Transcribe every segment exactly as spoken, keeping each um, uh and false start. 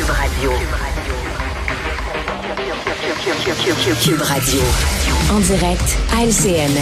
Radio. Cube Radio. En direct à L C N.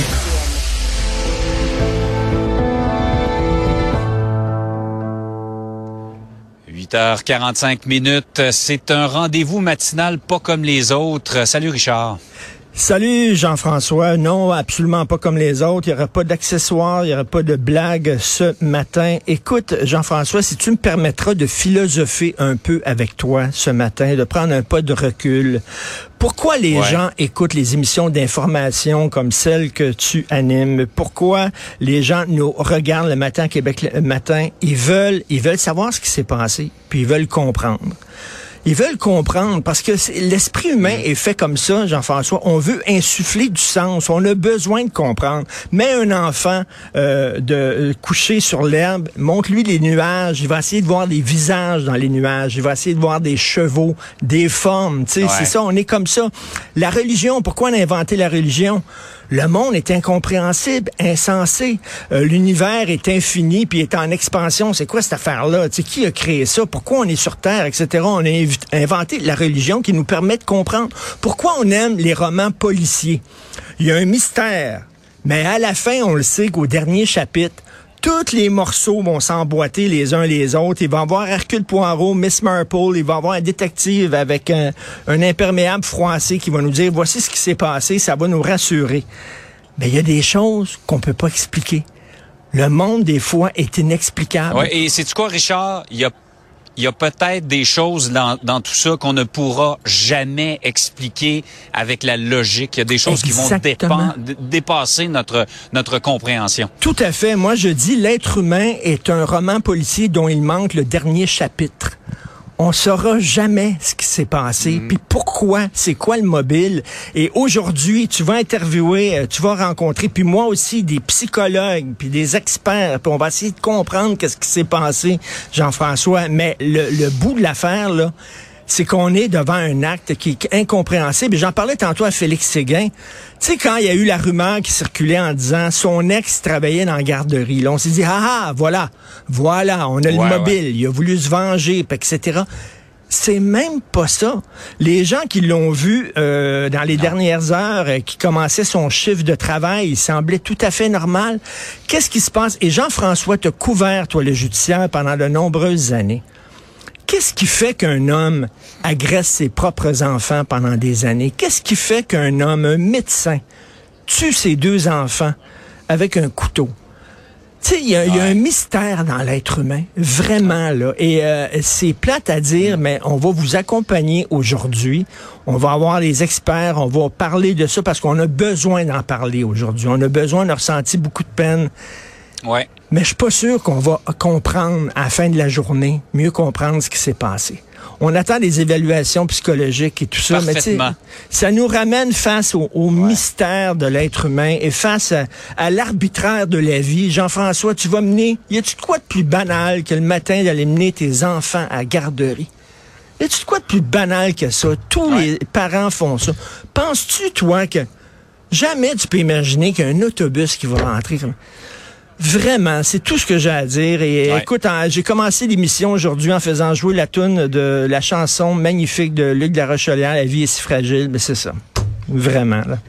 huit heures quarante-cinq minutes, c'est un rendez-vous matinal pas comme les autres. Salut Richard. Salut Jean-François. Non, absolument pas comme les autres. Il n'y aura pas d'accessoires, il n'y aura pas de blagues ce matin. Écoute, Jean-François, si tu me permettras de philosopher un peu avec toi ce matin, de prendre un pas de recul. Pourquoi les ouais. gens écoutent les émissions d'information comme celle que tu animes? Pourquoi les gens nous regardent le matin à Québec le matin? Ils veulent, ils veulent savoir ce qui s'est passé, puis ils veulent comprendre. Ils veulent comprendre parce que l'esprit humain est fait comme ça, Jean-François. On veut insuffler du sens. On a besoin de comprendre. Mets un enfant euh, de euh, coucher sur l'herbe, montre-lui les nuages. Il va essayer de voir des visages dans les nuages. Il va essayer de voir des chevaux, des formes. Tu sais, ouais. c'est ça. On est comme ça. La religion. Pourquoi on a inventé la religion? Le monde est incompréhensible, insensé. Euh, l'univers est infini puis est en expansion. C'est quoi cette affaire-là? Tu sais, qui a créé ça? Pourquoi on est sur Terre, et cetera. On a inv- inventé la religion qui nous permet de comprendre pourquoi on aime les romans policiers. Il y a un mystère, mais à la fin, on le sait qu'au dernier chapitre, tous les morceaux vont s'emboîter les uns les autres. Il va y avoir Hercule Poirot, Miss Marple, il va y avoir un détective avec un, un imperméable froissé qui va nous dire, voici ce qui s'est passé, ça va nous rassurer. Mais il y a des choses qu'on peut pas expliquer. Le monde, des fois, est inexplicable. Ouais, et sais-tu quoi, Richard? Il y a Il y a peut-être des choses dans, dans tout ça qu'on ne pourra jamais expliquer avec la logique. Il y a des choses Exactement. qui vont dépa- dépasser notre, notre compréhension. Tout à fait. Moi, je dis l'être humain est un roman policier dont il manque le dernier chapitre. On saura jamais ce qui s'est passé, mmh. puis pourquoi, c'est quoi le mobile. Et aujourd'hui, tu vas interviewer, tu vas rencontrer, puis moi aussi, des psychologues, puis des experts, puis on va essayer de comprendre qu'est-ce qui s'est passé, Jean-François. Mais le, le bout de l'affaire, là, c'est qu'on est devant un acte qui est incompréhensible. Et j'en parlais tantôt à Félix Séguin. Tu sais, quand il y a eu la rumeur qui circulait en disant son ex travaillait dans la garderie, là, on s'est dit, ah ah, voilà, voilà, on a ouais, le mobile, ouais. il a voulu se venger, et cetera. C'est même pas ça. Les gens qui l'ont vu euh, dans les non. dernières heures, euh, qui commençait son chiffre de travail, il semblait tout à fait normal. Qu'est-ce qui se passe? Et Jean-François t'a couvert, toi, le judiciaire, pendant de nombreuses années. Qu'est-ce qui fait qu'un homme agresse ses propres enfants pendant des années? Qu'est-ce qui fait qu'un homme, un médecin, tue ses deux enfants avec un couteau? Tu sais, il y, ouais. y a un mystère dans l'être humain, vraiment, là. Et euh, c'est plate à dire, mais on va vous accompagner aujourd'hui. On va avoir les experts, on va parler de ça parce qu'on a besoin d'en parler aujourd'hui. On a besoin de ressentir beaucoup de peine. Ouais. Mais je suis pas sûr qu'on va comprendre à la fin de la journée, mieux comprendre ce qui s'est passé. On attend des évaluations psychologiques et tout ça, mais tu sais, ça nous ramène face au, au ouais. mystère de l'être humain et face à, à l'arbitraire de la vie. Jean-François, tu vas mener, y a-tu de quoi de plus banal que le matin d'aller mener tes enfants à la garderie? Y a-tu de quoi de plus banal que ça? Tous ouais. les parents font ça. Penses-tu, toi, que jamais tu peux imaginer qu'il y a un autobus qui va rentrer comme... Vraiment, c'est tout ce que j'ai à dire. Et ouais. écoute, en, j'ai commencé l'émission aujourd'hui en faisant jouer la toune de la chanson magnifique de Luc de la Rochelière, La vie est si fragile. Mais c'est ça. Vraiment, là.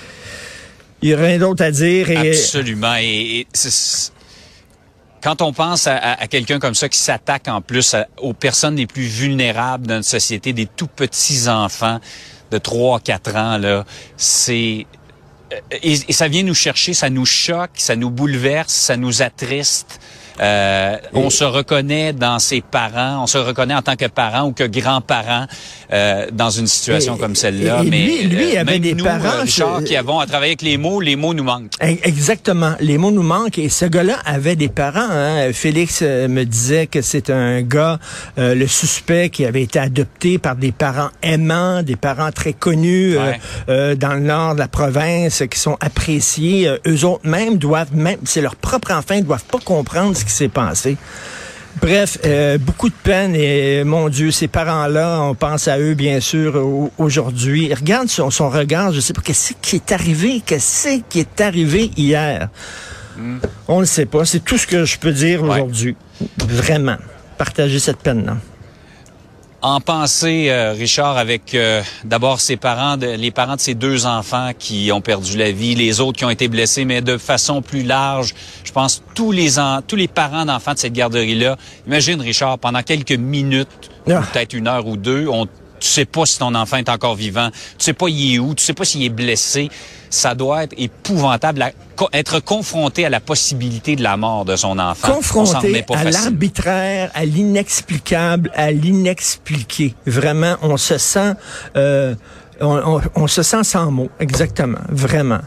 Il n'y a rien d'autre à dire. Et... Absolument. Et, et c'est... quand on pense à, à, à quelqu'un comme ça qui s'attaque en plus à, aux personnes les plus vulnérables dans une société, des tout petits enfants de trois à quatre ans, là, c'est... Et, et ça vient nous chercher, ça nous choque, ça nous bouleverse, ça nous attriste. Euh, on se reconnaît dans ses parents, on se reconnaît en tant que parent ou que grand-parent euh, dans une situation et, comme celle-là. Et, et mais lui, lui euh, avait même des nous, parents, Richard, qui avons à travailler avec les mots, les mots nous manquent. Exactement, les mots nous manquent. Et ce gars-là avait des parents. Hein. Félix euh, me disait que c'est un gars, euh, le suspect, qui avait été adopté par des parents aimants, des parents très connus ouais. euh, euh, dans le nord de la province, qui sont appréciés. Euh, eux autres même doivent, même, c'est leur propre enfant, ils doivent pas comprendre ce qui s'est passé. Bref, euh, beaucoup de peine et, mon Dieu, ces parents-là, on pense à eux, bien sûr, au, aujourd'hui. Regarde son, son regard, je sais pas, qu'est-ce qui est arrivé, qu'est-ce qui est arrivé hier? Mm. On le sait pas, c'est tout ce que je peux dire ouais. aujourd'hui. Vraiment, partager cette peine-là. en pensée, euh, Richard, avec euh, d'abord ses parents, de, les parents de ses deux enfants qui ont perdu la vie, les autres qui ont été blessés, mais de façon plus large, je pense tous les en, tous les parents d'enfants de cette garderie-là. Imagine, Richard, pendant quelques minutes, ah. ou peut-être une heure ou deux, on tu sais pas si ton enfant est encore vivant, tu sais pas il est où, tu sais pas s'il est blessé. Ça doit être épouvantable, à, être confronté à la possibilité de la mort de son enfant. Confronté à l'arbitraire, à l'inexplicable, à l'inexpliqué. Vraiment, on se sent, euh, on, on, on se sent sans mots, exactement, vraiment.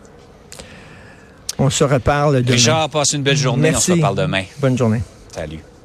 On se reparle demain. Richard, passe une belle journée, Merci. On se reparle demain. Bonne journée. Salut.